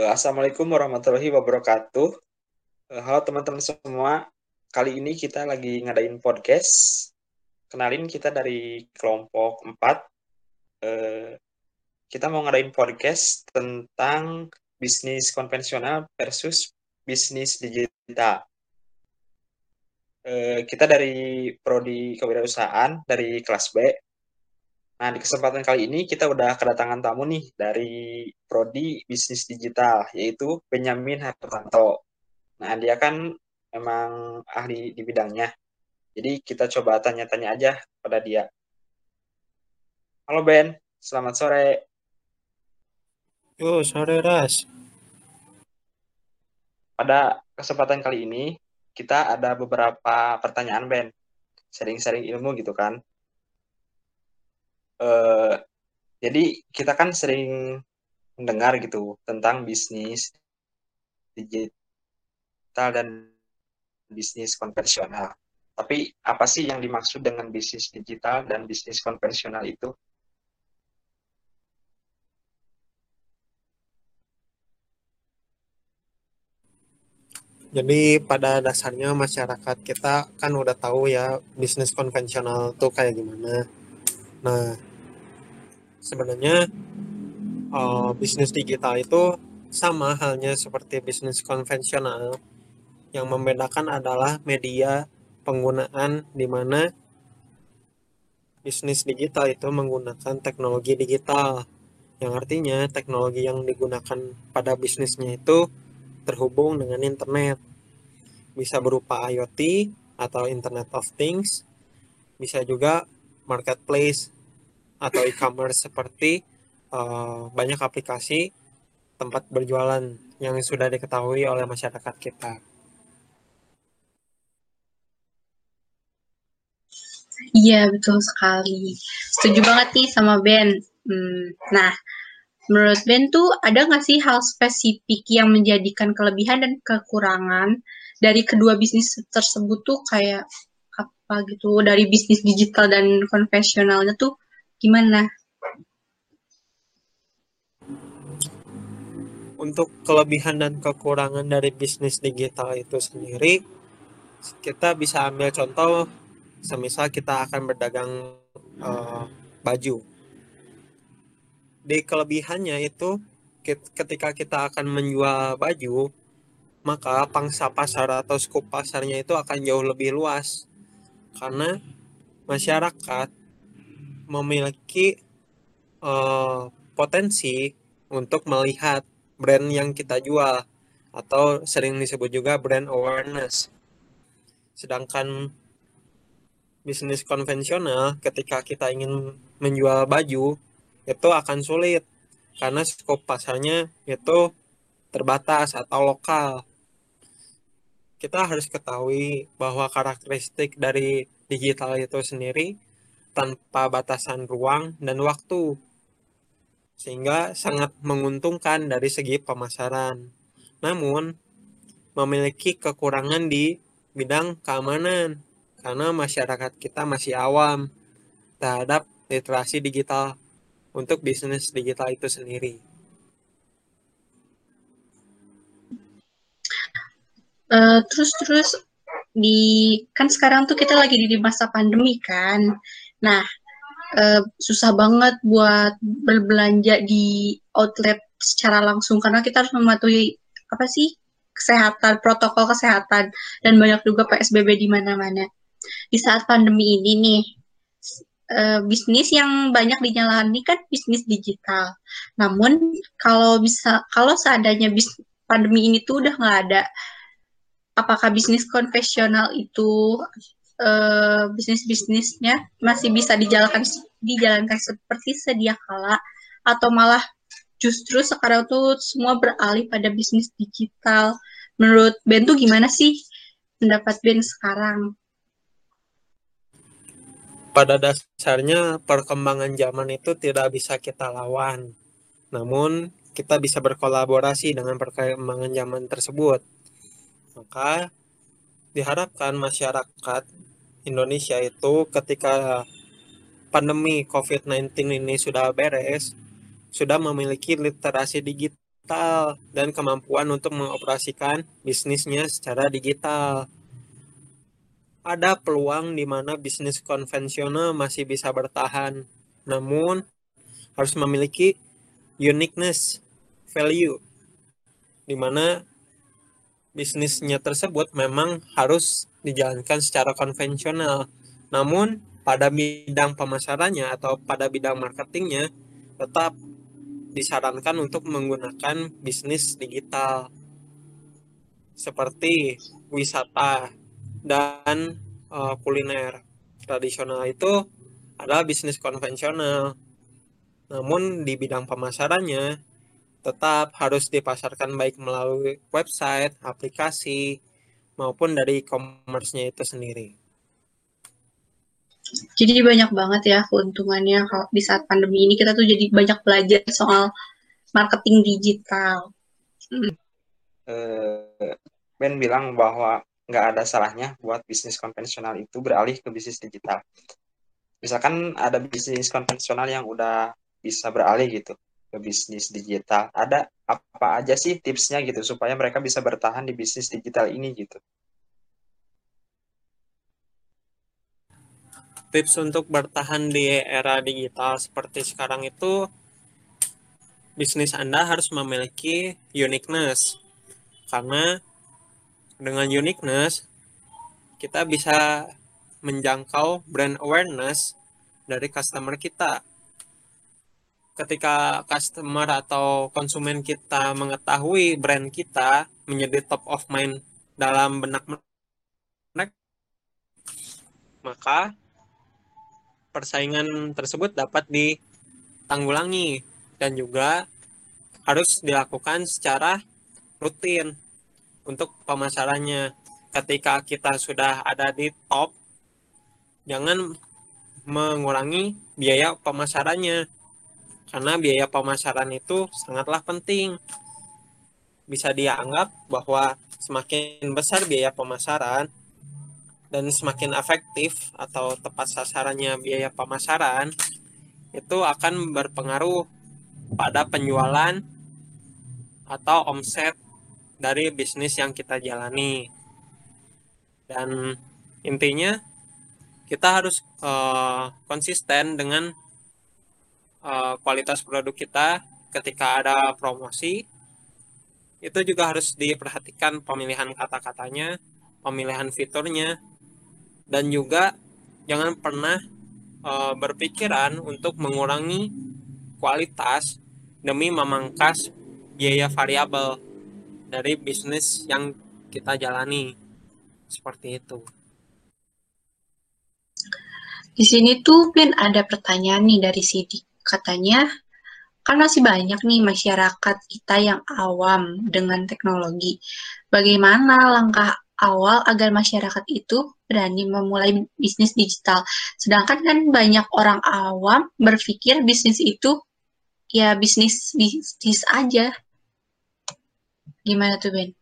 Assalamualaikum warahmatullahi wabarakatuh. Halo teman-teman semua. Kali ini kita lagi ngadain podcast. Kenalin kita dari kelompok 4. Kita mau ngadain podcast tentang bisnis konvensional versus bisnis digital. Kita dari Prodi Kewirausahaan dari kelas B. Nah, di kesempatan kali ini kita udah kedatangan tamu nih dari Prodi Bisnis Digital, yaitu Benyamin Hartanto. Nah, dia kan memang ahli di bidangnya. Jadi kita coba tanya-tanya aja pada dia. Halo Ben, selamat sore. Yo, sore Ras. Pada kesempatan kali ini, kita ada beberapa pertanyaan Ben. Sering-sering ilmu gitu kan. Eh, jadi kita kan sering mendengar gitu tentang bisnis digital dan bisnis konvensional. Tapi apa sih yang dimaksud dengan bisnis digital dan bisnis konvensional itu? Jadi pada dasarnya masyarakat kita kan udah tahu ya bisnis konvensional tuh kayak gimana. Nah, sebenarnya bisnis digital itu sama halnya seperti bisnis konvensional. Yang membedakan adalah media penggunaan di mana bisnis digital itu menggunakan teknologi digital. Yang artinya teknologi yang digunakan pada bisnisnya itu terhubung dengan internet. Bisa berupa IoT atau Internet of Things, bisa juga marketplace atau e-commerce seperti banyak aplikasi tempat berjualan yang sudah diketahui oleh masyarakat kita. Iya, betul sekali. Setuju banget nih sama Ben. Nah, menurut Ben tuh ada nggak sih hal spesifik yang menjadikan kelebihan dan kekurangan dari kedua bisnis tersebut tuh kayak apa gitu, dari bisnis digital dan konvensionalnya tuh gimana? Untuk kelebihan dan kekurangan dari bisnis digital itu sendiri, kita bisa ambil contoh, semisal kita akan berdagang eh, baju. Di kelebihannya itu, ketika kita akan menjual baju, maka pangsa pasar atau skup pasarnya itu akan jauh lebih luas karena masyarakat memiliki eh, potensi untuk melihat brand yang kita jual atau sering disebut juga brand awareness. Sedangkan bisnis konvensional ketika kita ingin menjual baju itu akan sulit karena skop pasarnya itu terbatas atau lokal. Kita harus ketahui bahwa karakteristik dari digital itu sendiri tanpa batasan ruang dan waktu, sehingga sangat menguntungkan dari segi pemasaran. Namun, memiliki kekurangan di bidang keamanan, karena masyarakat kita masih awam terhadap literasi digital untuk bisnis digital itu sendiri. Terus di kan sekarang tuh kita lagi di masa pandemi kan. Nah, susah banget buat berbelanja di outlet secara langsung karena kita harus mematuhi apa sih kesehatan, protokol kesehatan dan banyak juga PSBB di mana-mana. Di saat pandemi ini nih, bisnis yang banyak dijalani kan bisnis digital. Namun kalau seandainya pandemi ini tuh udah nggak ada, apakah bisnis konvensional itu bisnis-bisnisnya masih bisa dijalankan seperti sedia kala atau malah justru sekarang tuh semua beralih pada bisnis digital. Menurut Ben tuh gimana sih pendapat Ben sekarang? Pada dasarnya perkembangan zaman itu tidak bisa kita lawan. Namun kita bisa berkolaborasi dengan perkembangan zaman tersebut. Maka diharapkan masyarakat Indonesia itu ketika pandemi COVID-19 ini sudah beres, sudah memiliki literasi digital digital dan kemampuan untuk mengoperasikan bisnisnya secara digital. Ada peluang di mana bisnis konvensional masih bisa bertahan, namun harus memiliki uniqueness, value, di mana bisnisnya tersebut memang harus dijalankan secara konvensional. Namun pada bidang pemasarannya atau pada bidang marketingnya tetap disarankan untuk menggunakan bisnis digital seperti wisata dan kuliner. Tradisional itu adalah bisnis konvensional. Namun di bidang pemasarannya tetap harus dipasarkan baik melalui website, aplikasi, maupun dari e-commerce-nya itu sendiri. Jadi banyak banget ya keuntungannya kalau di saat pandemi ini kita tuh jadi banyak belajar soal marketing digital. Ben bilang bahwa nggak ada salahnya buat bisnis konvensional itu beralih ke bisnis digital. Misalkan ada bisnis konvensional yang udah bisa beralih gitu ke bisnis digital. Ada apa aja sih tipsnya gitu supaya mereka bisa bertahan di bisnis digital ini gitu? Tips untuk bertahan di era digital seperti sekarang itu, bisnis Anda harus memiliki uniqueness. Karena dengan uniqueness, kita bisa menjangkau brand awareness dari customer kita. Ketika customer atau konsumen kita mengetahui brand kita menjadi top of mind dalam benak mereka, maka persaingan tersebut dapat ditanggulangi dan juga harus dilakukan secara rutin untuk pemasarannya. Ketika kita sudah ada di top, jangan mengurangi biaya pemasarannya, karena biaya pemasaran itu sangatlah penting. Bisa dianggap bahwa semakin besar biaya pemasaran dan semakin efektif atau tepat sasarannya biaya pemasaran, itu akan berpengaruh pada penjualan atau omset dari bisnis yang kita jalani. Dan intinya kita harus konsisten dengan kualitas produk kita. Ketika ada promosi, itu juga harus diperhatikan pemilihan kata-katanya, pemilihan fiturnya, dan juga jangan pernah berpikiran untuk mengurangi kualitas demi memangkas biaya variabel dari bisnis yang kita jalani. Seperti itu. Di sini tuh Ben ada pertanyaan nih dari Sidik. Katanya, kan masih banyak nih masyarakat kita yang awam dengan teknologi. Bagaimana langkah awal agar masyarakat itu berani memulai bisnis digital? Sedangkan kan banyak orang awam berpikir bisnis itu ya bisnis aja. Gimana tuh Ben?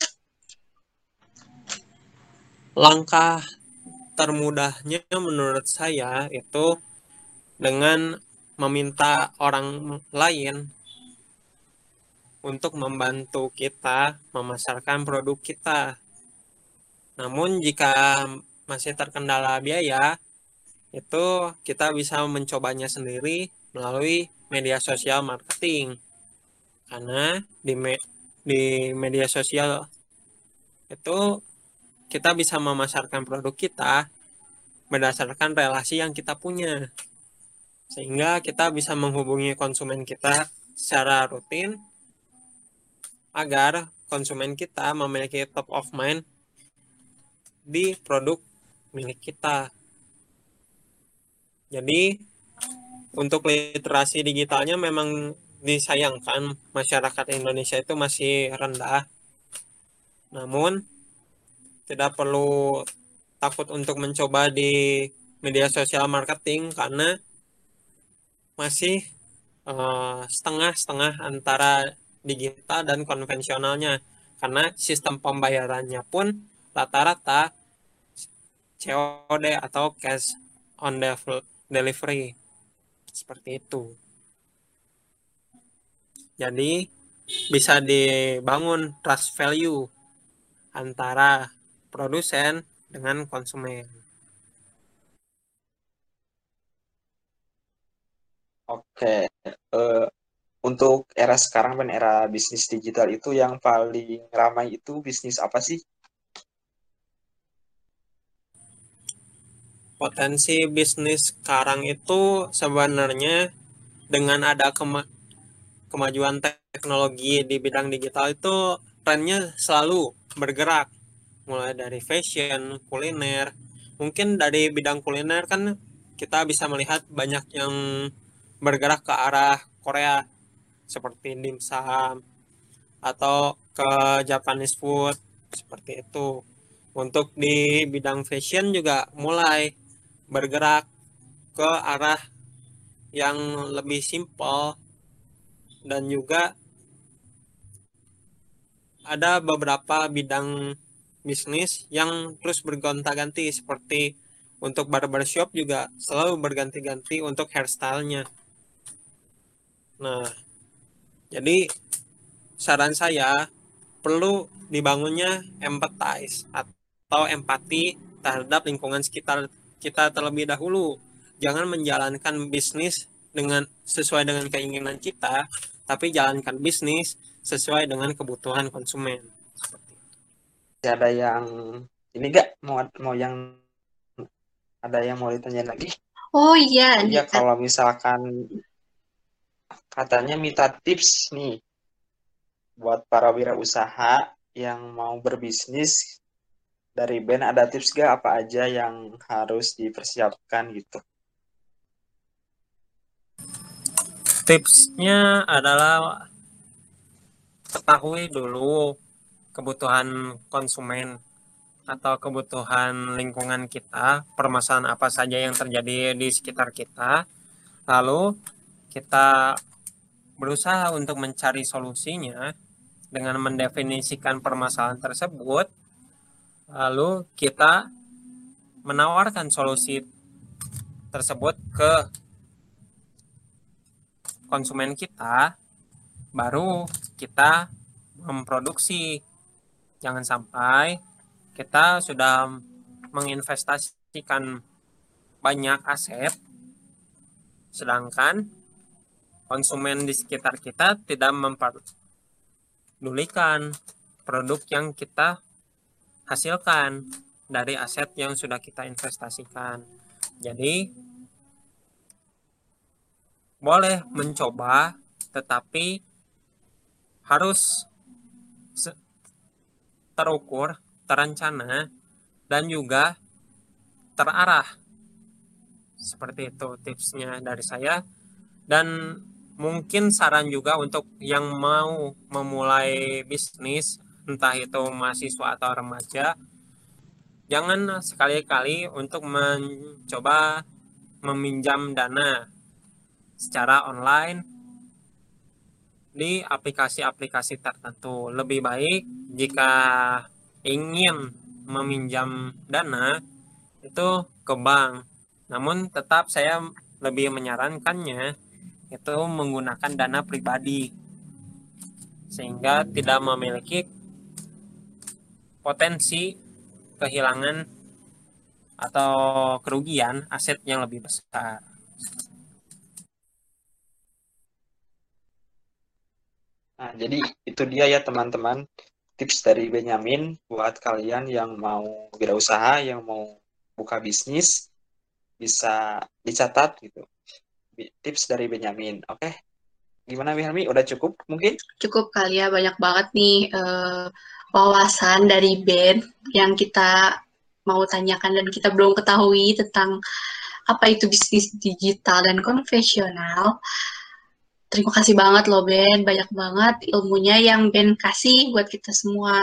Langkah termudahnya menurut saya itu dengan meminta orang lain untuk membantu kita memasarkan produk kita. Namun jika masih terkendala biaya, itu kita bisa mencobanya sendiri melalui media sosial marketing. Karena di media sosial itu kita bisa memasarkan produk kita berdasarkan relasi yang kita punya. Sehingga kita bisa menghubungi konsumen kita secara rutin agar konsumen kita memiliki top of mind di produk milik kita. Jadi untuk literasi digitalnya memang disayangkan masyarakat Indonesia itu masih rendah. Namun tidak perlu takut untuk mencoba di media sosial marketing karena masih setengah-setengah antara digital dan konvensionalnya, karena sistem pembayarannya pun rata-rata COD atau cash on delivery seperti itu. Jadi bisa dibangun trust value antara produsen dengan konsumen. Oke, eh, untuk era sekarang dan era bisnis digital itu yang paling ramai itu bisnis apa sih? Potensi bisnis sekarang itu sebenarnya dengan ada kemajuan teknologi di bidang digital itu trennya selalu bergerak, mulai dari fashion, kuliner. Mungkin dari bidang kuliner kan kita bisa melihat banyak yang bergerak ke arah Korea seperti dimsum atau ke Japanese food seperti itu. Untuk di bidang fashion juga mulai bergerak ke arah yang lebih simpel, dan juga ada beberapa bidang bisnis yang terus bergonta-ganti seperti untuk barbershop juga selalu berganti-ganti untuk hairstylenya. Nah, jadi saran saya perlu dibangunnya empathize atau empati terhadap lingkungan sekitar kita terlebih dahulu. Jangan menjalankan bisnis dengan sesuai dengan keinginan kita, tapi jalankan bisnis sesuai dengan kebutuhan konsumen. Ada yang ini gak mau yang ada yang mau ditanya lagi? Oh iya, Iya, nih. kalau misalkan katanya minta tips nih buat para wirausaha yang mau berbisnis dari band, ada tips gak apa aja yang harus dipersiapkan gitu? Tipsnya adalah ketahui dulu kebutuhan konsumen atau kebutuhan lingkungan kita, permasalahan apa saja yang terjadi di sekitar kita, lalu kita berusaha untuk mencari solusinya dengan mendefinisikan permasalahan tersebut, lalu kita menawarkan solusi tersebut ke konsumen kita, baru kita memproduksi. Jangan sampai kita sudah menginvestasikan banyak aset, sedangkan konsumen di sekitar kita tidak memperdulikan produk yang kita hasilkan dari aset yang sudah kita investasikan. Jadi, boleh mencoba, tetapi harus terukur, terencana, dan juga terarah. Seperti itu tipsnya dari saya. Dan mungkin saran juga untuk yang mau memulai bisnis, entah itu mahasiswa atau remaja, jangan sekali-kali untuk mencoba meminjam dana secara online di aplikasi-aplikasi tertentu. Lebih baik jika ingin meminjam dana itu ke bank. Namun tetap saya lebih menyarankannya itu menggunakan dana pribadi sehingga tidak memiliki potensi kehilangan atau kerugian aset yang lebih besar. Nah, jadi itu dia ya teman-teman, tips dari Benyamin buat kalian yang mau wirausaha, yang mau buka bisnis, bisa dicatat gitu. Tips dari Benyamin. Oke, gimana Wilhelmi? Udah cukup mungkin? Cukup kali ya, banyak banget nih wawasan dari Ben yang kita mau tanyakan dan kita belum ketahui tentang apa itu bisnis digital dan konvensional. Terima kasih banget loh Ben, banyak banget ilmunya yang Ben kasih buat kita semua.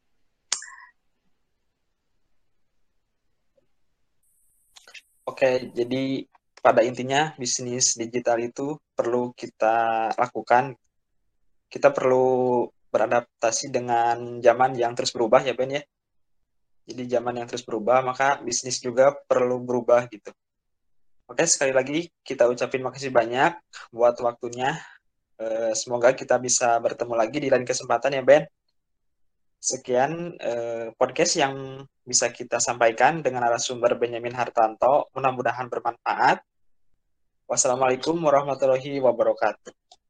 Oke, jadi pada intinya bisnis digital itu perlu kita lakukan. Kita perlu beradaptasi dengan zaman yang terus berubah ya Ben ya. Jadi zaman yang terus berubah, maka bisnis juga perlu berubah gitu. Oke, sekali lagi kita ucapin makasih banyak buat waktunya. Semoga kita bisa bertemu lagi di lain kesempatan ya, Ben. Sekian podcast yang bisa kita sampaikan dengan narasumber Benyamin Hartanto. Mudah-mudahan bermanfaat. Wassalamualaikum warahmatullahi wabarakatuh.